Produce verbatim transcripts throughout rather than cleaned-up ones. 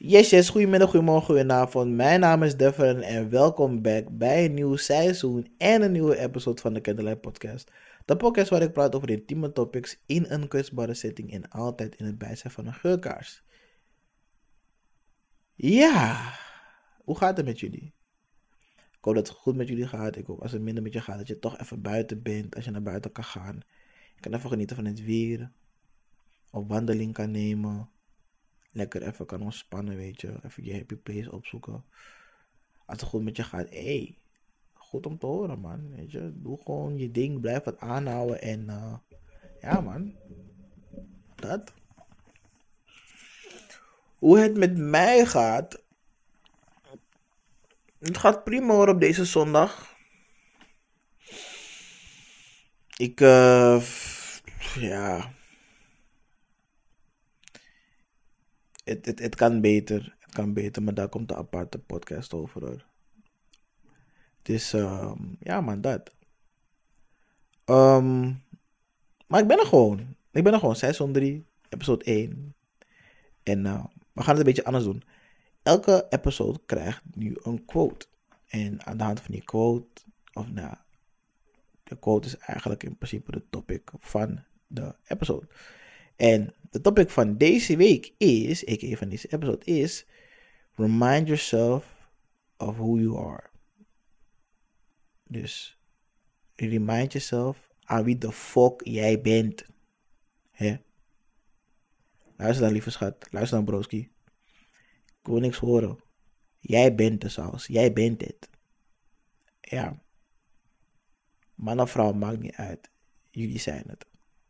Yes, yes, goedemiddag, goedemorgen, goedenavond. Mijn naam is Devin en welkom back bij een nieuw seizoen en een nieuwe episode van de Candlelight Podcast. De podcast waar ik praat over intieme topics in een kwetsbare setting en altijd in het bijzijn van een geurkaars. Ja, hoe gaat het met jullie? Ik hoop dat het goed met jullie gaat. Ik hoop als het minder met je gaat dat je toch even buiten bent, als je naar buiten kan gaan. Je kan even genieten van het weer, op wandeling kan nemen. Lekker even kan ontspannen, weet je. Even je happy place opzoeken. Als het goed met je gaat, hé, hey, goed om te horen, man. Weet je, doe gewoon je ding, blijf het aanhouden en uh, ja, man, dat. Hoe het met mij gaat, het gaat prima hoor op deze zondag. Ik, uh, ja, het, het, het kan beter, het kan beter, maar daar komt de aparte podcast over hoor. Dus, uh, ja man, dat. Um, maar ik ben er gewoon. Ik ben er gewoon, seizoen drie, episode één. En uh, we gaan het een beetje anders doen. Elke episode krijgt nu een quote. En aan de hand van die quote, of nou, de quote is eigenlijk in principe de topic van de episode. En de topic van deze week is, a.k.a. van deze episode is, remind yourself of who you are. Dus, remind yourself aan wie de fuck jij bent. Hè? Luister dan, lieve schat. Luister dan, broski. Ik wil niks horen. Jij bent de saus. Jij bent het. Ja. Man of vrouw, maakt niet uit. Jullie zijn het.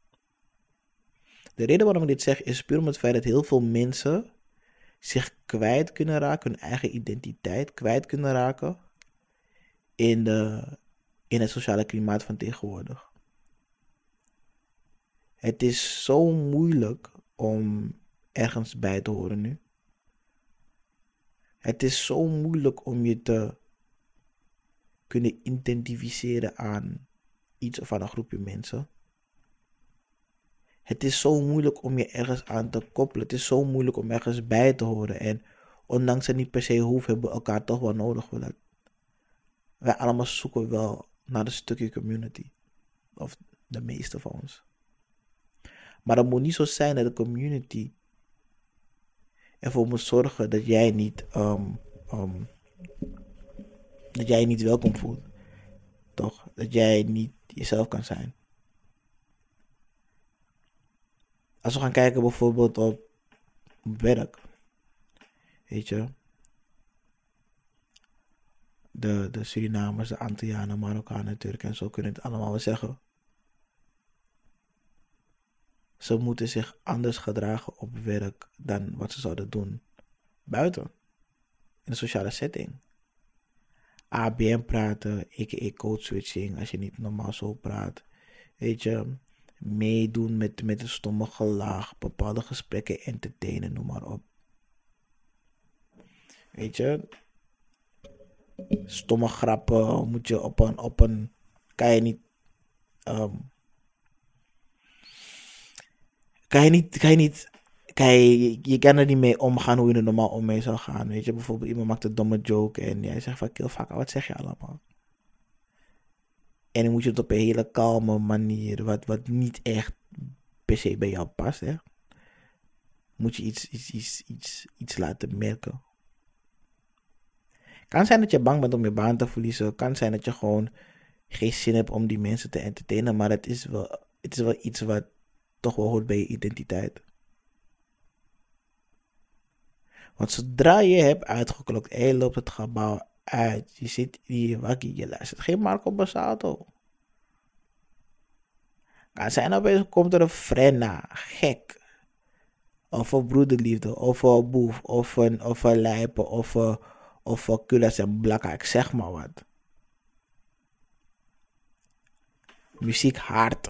De reden waarom ik dit zeg is puur om het feit dat heel veel mensen zich kwijt kunnen raken, hun eigen identiteit kwijt kunnen raken in, de, in het sociale klimaat van tegenwoordig. Het is zo moeilijk om ergens bij te horen nu. Het is zo moeilijk om je te kunnen identificeren aan iets of aan een groepje mensen. Het is zo moeilijk om je ergens aan te koppelen. Het is zo moeilijk om ergens bij te horen. En ondanks het niet per se hoeft, hebben we elkaar toch wel nodig. Wij allemaal zoeken wel naar een stukje community. Of de meeste van ons. Maar het moet niet zo zijn dat de community ervoor moet zorgen dat jij niet, um, um, dat jij je niet welkom voelt. Toch? Dat jij niet jezelf kan zijn. Als we gaan kijken bijvoorbeeld op werk. Weet je. De, de Surinamers, de Antillianen, Marokkanen, Turken en zo kunnen het allemaal wel zeggen. Ze moeten zich anders gedragen op werk dan wat ze zouden doen buiten. In een sociale setting. A B M praten, a.k.a. code switching, als je niet normaal zo praat. Weet je, meedoen met, met een stomme gelach, bepaalde gesprekken entertainen, noem maar op. Weet je, stomme grappen moet je op een, op een, kan je niet, um, kan je niet, kan je niet, kan je, je kan er niet mee omgaan hoe je er normaal om mee zou gaan. Weet je, bijvoorbeeld iemand maakt een domme joke en jij zegt van, kill fuck, wat zeg je allemaal? En dan moet je het op een hele kalme manier, wat, wat niet echt per se bij jou past, hè. Moet je iets, iets, iets, iets, iets laten merken. Kan zijn dat je bang bent om je baan te verliezen. Kan zijn dat je gewoon geen zin hebt om die mensen te entertainen. Maar het is wel, het is wel iets wat toch wel hoort bij je identiteit. Want zodra je hebt uitgeklokt en je loopt het gebouw uit. Je zit in je wakkie, je luistert geen Marco Bassato. Kan zijn opeens komt er een frenna, gek. Of een broederliefde, of een boef, of een, of een lijpen, of een, of een kulas en blakka, ik zeg maar wat. Muziek hard.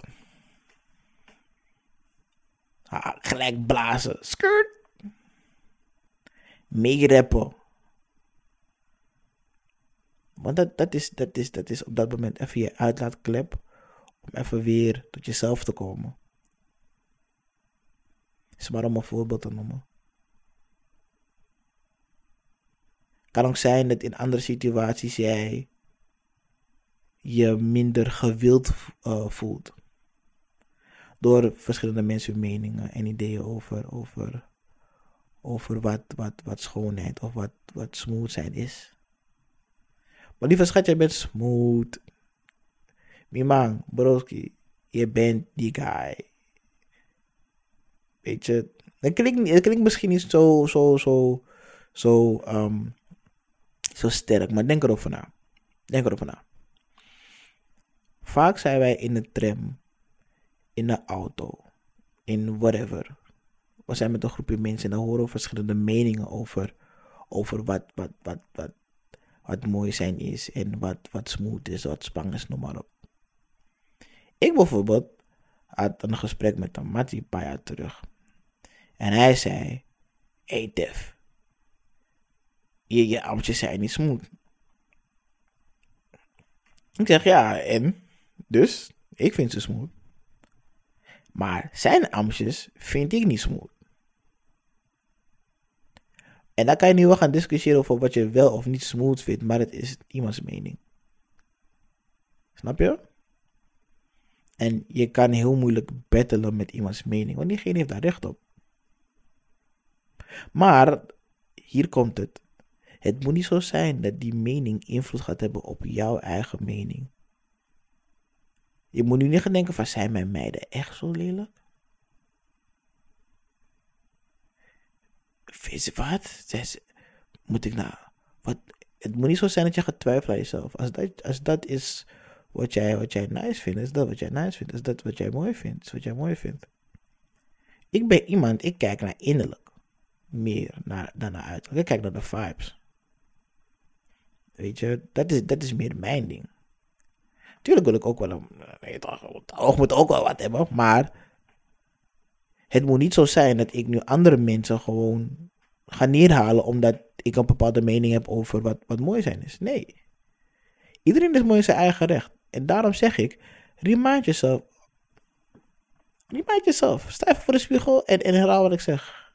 Ha, gelijk blazen, skirt. Meerappen. Want dat, dat, is, dat, is, dat is op dat moment even je uitlaatklep om even weer tot jezelf te komen. Is maar om een voorbeeld te noemen. Kan ook zijn dat in andere situaties jij je minder gewild uh, voelt. Door verschillende mensen hun meningen en ideeën over, over, over wat, wat, wat schoonheid of wat, wat smooth zijn is. Maar lieve schat, jij bent smooth. Mimang, broski, je bent die guy. Weet je, dat klinkt, dat klinkt misschien niet zo, zo, zo, zo, um, zo sterk, maar denk erover na. Denk erover na. Vaak zijn wij in de tram, in de auto, in whatever. We zijn met een groepje mensen en dan horen we verschillende meningen over, over wat, wat, wat, wat, wat mooi zijn is en wat, wat smooth is, wat spang is, noem maar op. Ik bijvoorbeeld had een gesprek met een mattie een paar jaar terug. En hij zei, hey Def, je, je armpjes zijn niet smooth. Ik zeg, ja, en? Dus, ik vind ze smooth. Maar zijn armpjes vind ik niet smooth. En dan kan je nu wel gaan discussiëren over wat je wel of niet smooth vindt, maar het is iemands mening. Snap je? En je kan heel moeilijk battelen met iemands mening, want diegene heeft daar recht op. Maar, hier komt het. Het moet niet zo zijn dat die mening invloed gaat hebben op jouw eigen mening. Je moet nu niet gaan denken van, zijn mijn meiden echt zo lelijk? Weet je wat? Moet ik nou... Wat? Het moet niet zo zijn dat je gaat twijfelen aan jezelf. Als dat, als dat is wat jij, wat jij nice vindt, is dat wat jij nice vindt. Is dat wat jij mooi vindt, is wat jij mooi vindt. Ik ben iemand, ik kijk naar innerlijk. Meer naar, dan naar uiterlijk. Ik kijk naar de vibes. Weet je, dat is, dat is meer mijn ding. Tuurlijk wil ik ook wel een... Weet je, het oog moet ook wel wat hebben, maar... Het moet niet zo zijn dat ik nu andere mensen gewoon ga neerhalen omdat ik een bepaalde mening heb over wat, wat mooi zijn is. Nee. Iedereen is mooi in zijn eigen recht. En daarom zeg ik, remind jezelf. Remind jezelf. Sta even voor de spiegel en, en herhaal wat ik zeg.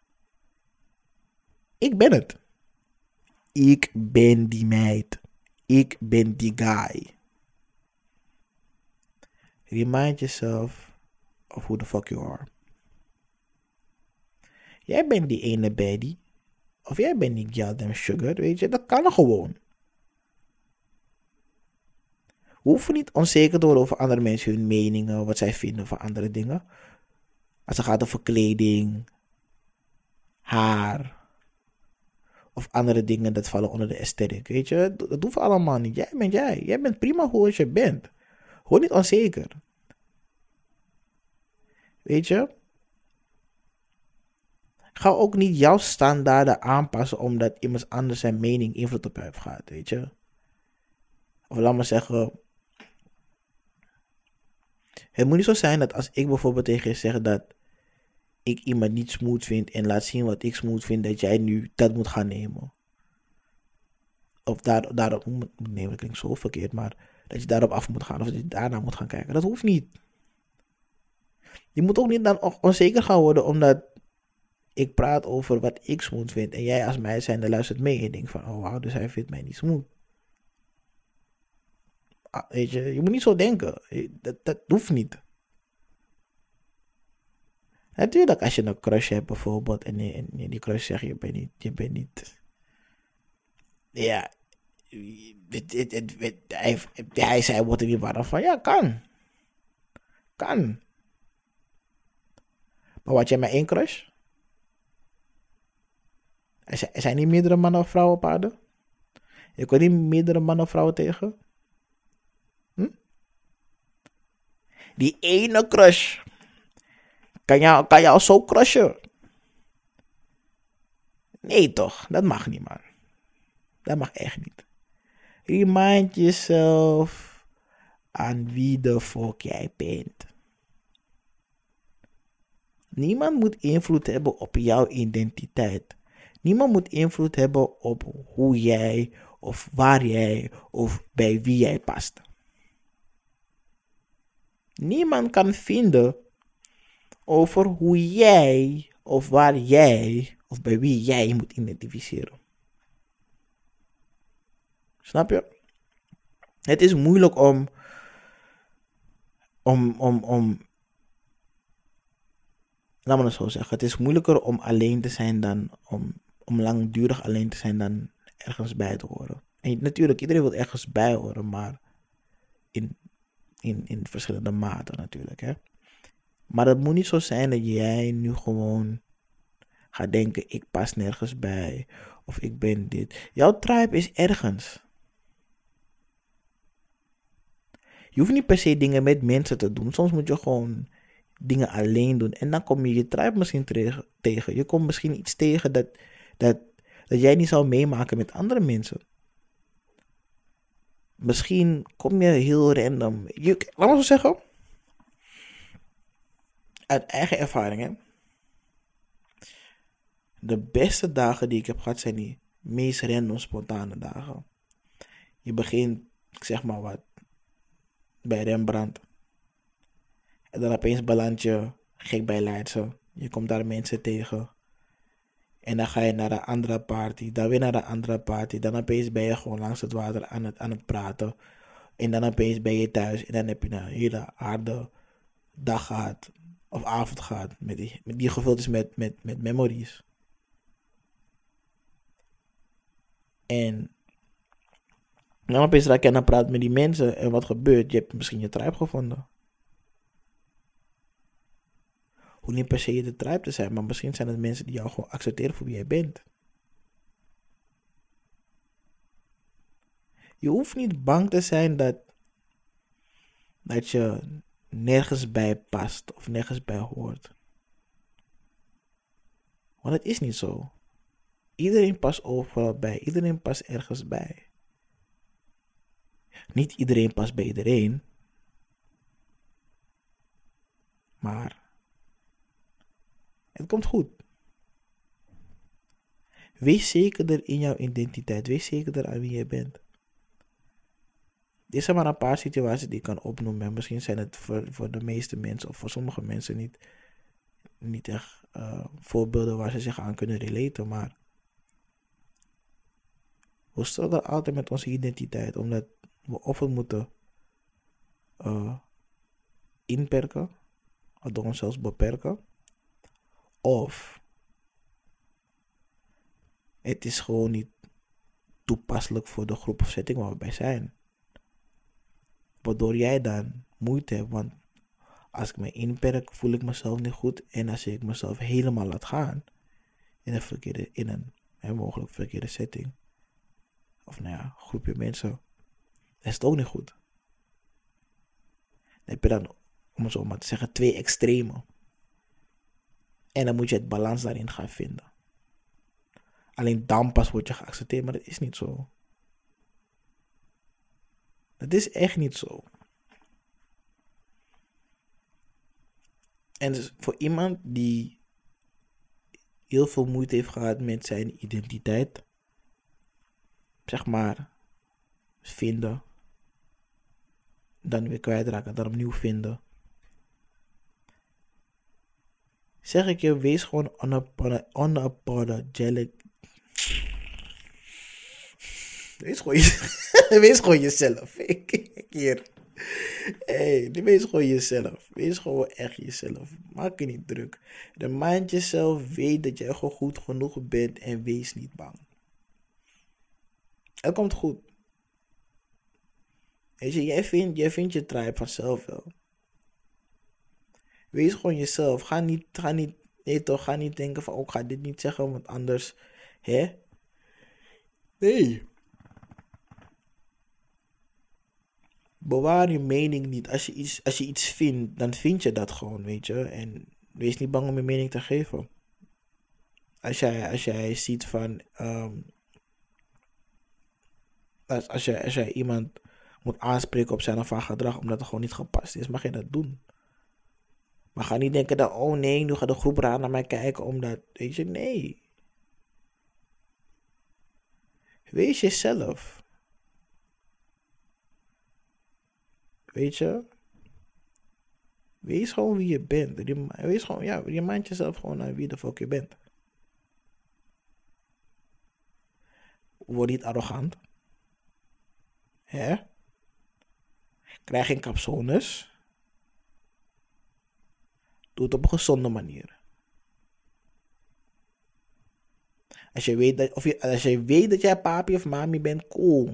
Ik ben het. Ik ben die meid. Ik ben die guy. Remind yourself of who the fuck you are. Jij bent die ene baddie. Of jij bent die goddamn sugar, weet je. Dat kan gewoon. We hoeven niet onzeker te worden over andere mensen, hun meningen, wat zij vinden van andere dingen. Als het gaat over kleding, haar, of andere dingen dat vallen onder de aesthetic, weet je. Dat hoeft allemaal niet. Jij bent jij. Jij bent prima hoe je bent. Word niet onzeker. Weet je. Ga ook niet jouw standaarden aanpassen omdat iemand anders zijn mening invloed op je heeft gehad, weet je. Of laat maar zeggen, het moet niet zo zijn dat als ik bijvoorbeeld tegen je zeg dat ik iemand niet smooth vind en laat zien wat ik smooth vind, dat jij nu dat moet gaan nemen. Of daar, daarop, nee, dat klinkt zo verkeerd, maar dat je daarop af moet gaan of dat je daarna moet gaan kijken. Dat hoeft niet. Je moet ook niet dan onzeker gaan worden omdat ik praat over wat ik smooth vind en jij als mij zijnde luistert mee en je denkt van, oh wauw, dus hij vindt mij niet smooth. Ah, weet je, je moet niet zo denken. Dat, dat hoeft niet. Natuurlijk, als je een crush hebt bijvoorbeeld en, en, en die crush zegt, je bent niet, je bent niet, ja, het, het, het, het, hij, hij zei, wordt er niet warm van, ja, kan. Kan. Maar wat jij met één crush? Er zijn, er zijn niet meerdere mannen of vrouwen op aarde? Je kan niet meerdere mannen of vrouwen tegen? Hm? Die ene crush kan jou, kan jou zo crushen. Nee toch, dat mag niet man. Dat mag echt niet. Remind jezelf aan wie de fuck jij bent. Niemand moet invloed hebben op jouw identiteit. Niemand moet invloed hebben op hoe jij of waar jij of bij wie jij past. Niemand kan vinden over hoe jij of waar jij of bij wie jij moet identificeren. Snap je? Het is moeilijk om, om, om, om, laat me het zo zeggen. Het is moeilijker om alleen te zijn dan, om, om langdurig alleen te zijn dan ergens bij te horen. En natuurlijk, iedereen wil ergens bij horen, maar in, in, in verschillende maten natuurlijk, hè. Maar het moet niet zo zijn dat jij nu gewoon gaat denken, ik pas nergens bij. Of ik ben dit. Jouw tribe is ergens. Je hoeft niet per se dingen met mensen te doen. Soms moet je gewoon dingen alleen doen. En dan kom je je tribe misschien tegen. Je komt misschien iets tegen dat, dat, dat jij niet zou meemaken met andere mensen. Misschien kom je heel random. Je, laat me zo zeggen. Uit eigen ervaring, hè. De beste dagen die ik heb gehad zijn die meest random spontane dagen. Je begint, ik zeg maar wat, bij Rembrandt. En dan opeens beland je gek bij Leidse. Je komt daar mensen tegen. En dan ga je naar een andere party. Dan weer naar een andere party. Dan opeens ben je gewoon langs het water aan het, aan het praten. En dan opeens ben je thuis. En dan heb je een hele harde dag gehad. Of avond gehad. Met die, met die gevuld is met, met, met memories. En dan opeens raak je aan het praten met die mensen. En wat gebeurt? Je hebt misschien je tribe gevonden. Hoe niet per se je de tribe te zijn. Maar misschien zijn het mensen die jou gewoon accepteren voor wie jij bent. Je hoeft niet bang te zijn dat, dat je nergens bij past. Of nergens bij hoort. Want het is niet zo. Iedereen past overal bij. Iedereen past ergens bij. Niet iedereen past bij iedereen. Maar het komt goed. Wees zekerder in jouw identiteit. Wees zekerder aan wie je bent. Dit zijn maar een paar situaties die ik kan opnoemen. En misschien zijn het voor, voor de meeste mensen of voor sommige mensen niet, niet echt uh, voorbeelden waar ze zich aan kunnen relaten. Maar we struggelen altijd met onze identiteit. Omdat we of het moeten uh, inperken. Of door onszelf beperken. Of het is gewoon niet toepasselijk voor de groep of setting waar we bij zijn. Waardoor jij dan moeite hebt. Want als ik me inperk, voel ik mezelf niet goed. En als ik mezelf helemaal laat gaan. In een verkeerde, in een hè, mogelijk verkeerde setting. Of nou ja, groepje mensen. Dan is het ook niet goed. Dan heb je dan, om het zo maar te zeggen, twee extremen. En dan moet je het balans daarin gaan vinden. Alleen dan pas word je geaccepteerd, maar dat is niet zo. Dat is echt niet zo. En dus voor iemand die heel veel moeite heeft gehad met zijn identiteit, zeg maar, vinden, dan weer kwijtraken, dan opnieuw vinden. Zeg ik je, wees gewoon unapologetic. Wees gewoon, je, wees gewoon jezelf. Hier. Hey, wees gewoon jezelf. Wees gewoon echt jezelf. Maak je niet druk. Remind jezelf, weet dat jij gewoon goed genoeg bent en wees niet bang. Het komt goed. Weet je, jij vindt, jij vindt je tribe vanzelf wel. Wees gewoon jezelf. Ga niet, ga niet, nee toch, ga niet denken van, oh, ik ga dit niet zeggen, want anders, hè? Nee. Bewaar je mening niet. Als je iets, als je iets vindt, dan vind je dat gewoon, weet je. En wees niet bang om je mening te geven. Als jij, als jij ziet van, um, als, als, jij, als jij iemand moet aanspreken op zijn of haar gedrag, omdat het gewoon niet gepast is, mag je dat doen. Maar ga niet denken dat, oh nee, nu gaat de groep raar naar mij kijken, omdat, weet je, nee. Wees jezelf. Weet je? Wees gewoon wie je bent. Wees gewoon, ja, je maakt jezelf gewoon aan wie de fuck je bent. Word niet arrogant. Hè? Krijg geen capsones. Doe het op een gezonde manier. Als je weet dat, of je, als je weet dat jij papi of mami bent, cool.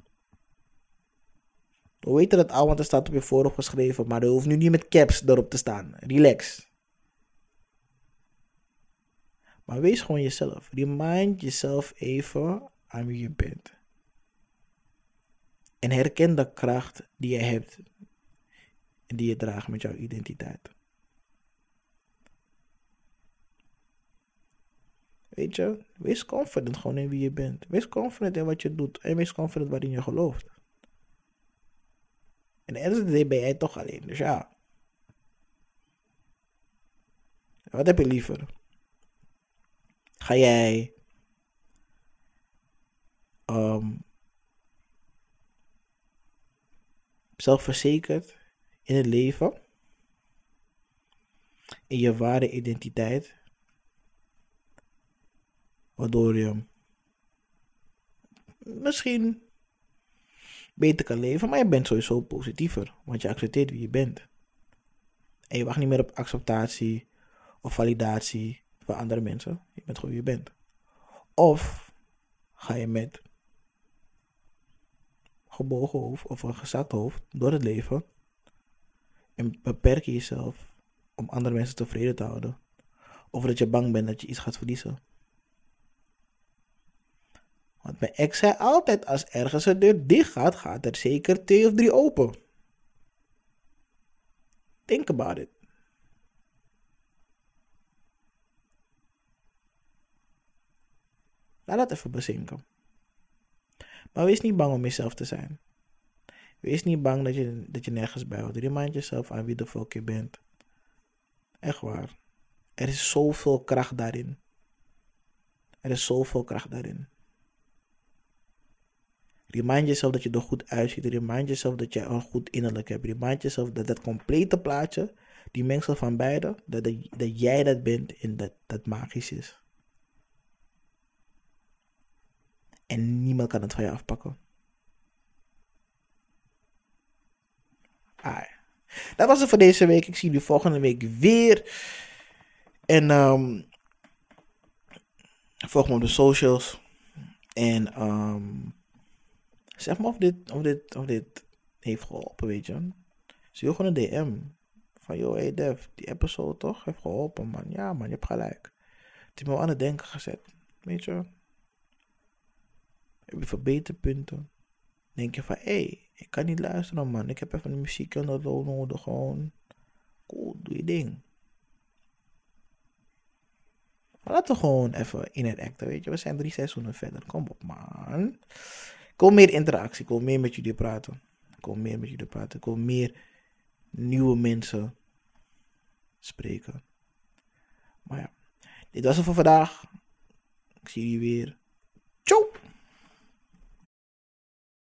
We weten dat al, want er staat op je voorhoofd geschreven, maar er hoeft nu niet met caps erop te staan. Relax. Maar wees gewoon jezelf. Remind jezelf even aan wie je bent. En herken de kracht die je hebt en die je draagt met jouw identiteit. Weet je, wees confident gewoon in wie je bent. Wees confident in wat je doet en wees confident waarin je gelooft. En ergens ben jij toch alleen, dus ja. Wat heb je liever? Ga jij um, zelfverzekerd in het leven, in je ware identiteit, waardoor je misschien beter kan leven, maar je bent sowieso positiever, want je accepteert wie je bent. En je wacht niet meer op acceptatie of validatie van andere mensen. Je bent gewoon wie je bent. Of ga je met gebogen hoofd of een gezakt hoofd door het leven en beperk je jezelf om andere mensen tevreden te houden. Of dat je bang bent dat je iets gaat verliezen. Want mijn ex zei altijd, als ergens een deur dicht gaat, gaat er zeker twee of drie open. Think about it. Laat dat even bezinken. Maar wees niet bang om jezelf te zijn. Wees niet bang dat je, dat je nergens bij hoort. Remind jezelf aan wie de fuck je bent. Echt waar. Er is zoveel kracht daarin. Er is zoveel kracht daarin. Remind jezelf dat je er goed uitziet. Remind jezelf dat je een goed innerlijk hebt. Remind jezelf dat dat complete plaatje, die mengsel van beide, dat, dat, dat jij dat bent en dat dat magisch is. En niemand kan het van je afpakken. Ah, dat was het voor deze week. Ik zie jullie volgende week weer. En um, volg me op de socials. En um, zeg me of dit, of, dit, of dit heeft geholpen, weet je. Zie je gewoon een D M. Van, yo, hey Dev, die episode toch heeft geholpen, man. Ja, man, je hebt gelijk. Het heeft me aan het denken gezet. Weet je. Heb je verbeterpunten? Denk je van, hé, hey, ik kan niet luisteren, man. Ik heb even de muziek en dat nodig. Gewoon, cool, doe je ding. Maar laten we gewoon even in het acten, weet je. We zijn drie seizoenen verder. Kom op, man. Ik wil meer interactie. Ik wil meer met jullie praten. Ik wil meer met jullie praten. Ik wil meer nieuwe mensen spreken. Maar ja, dit was het voor vandaag. Ik zie jullie weer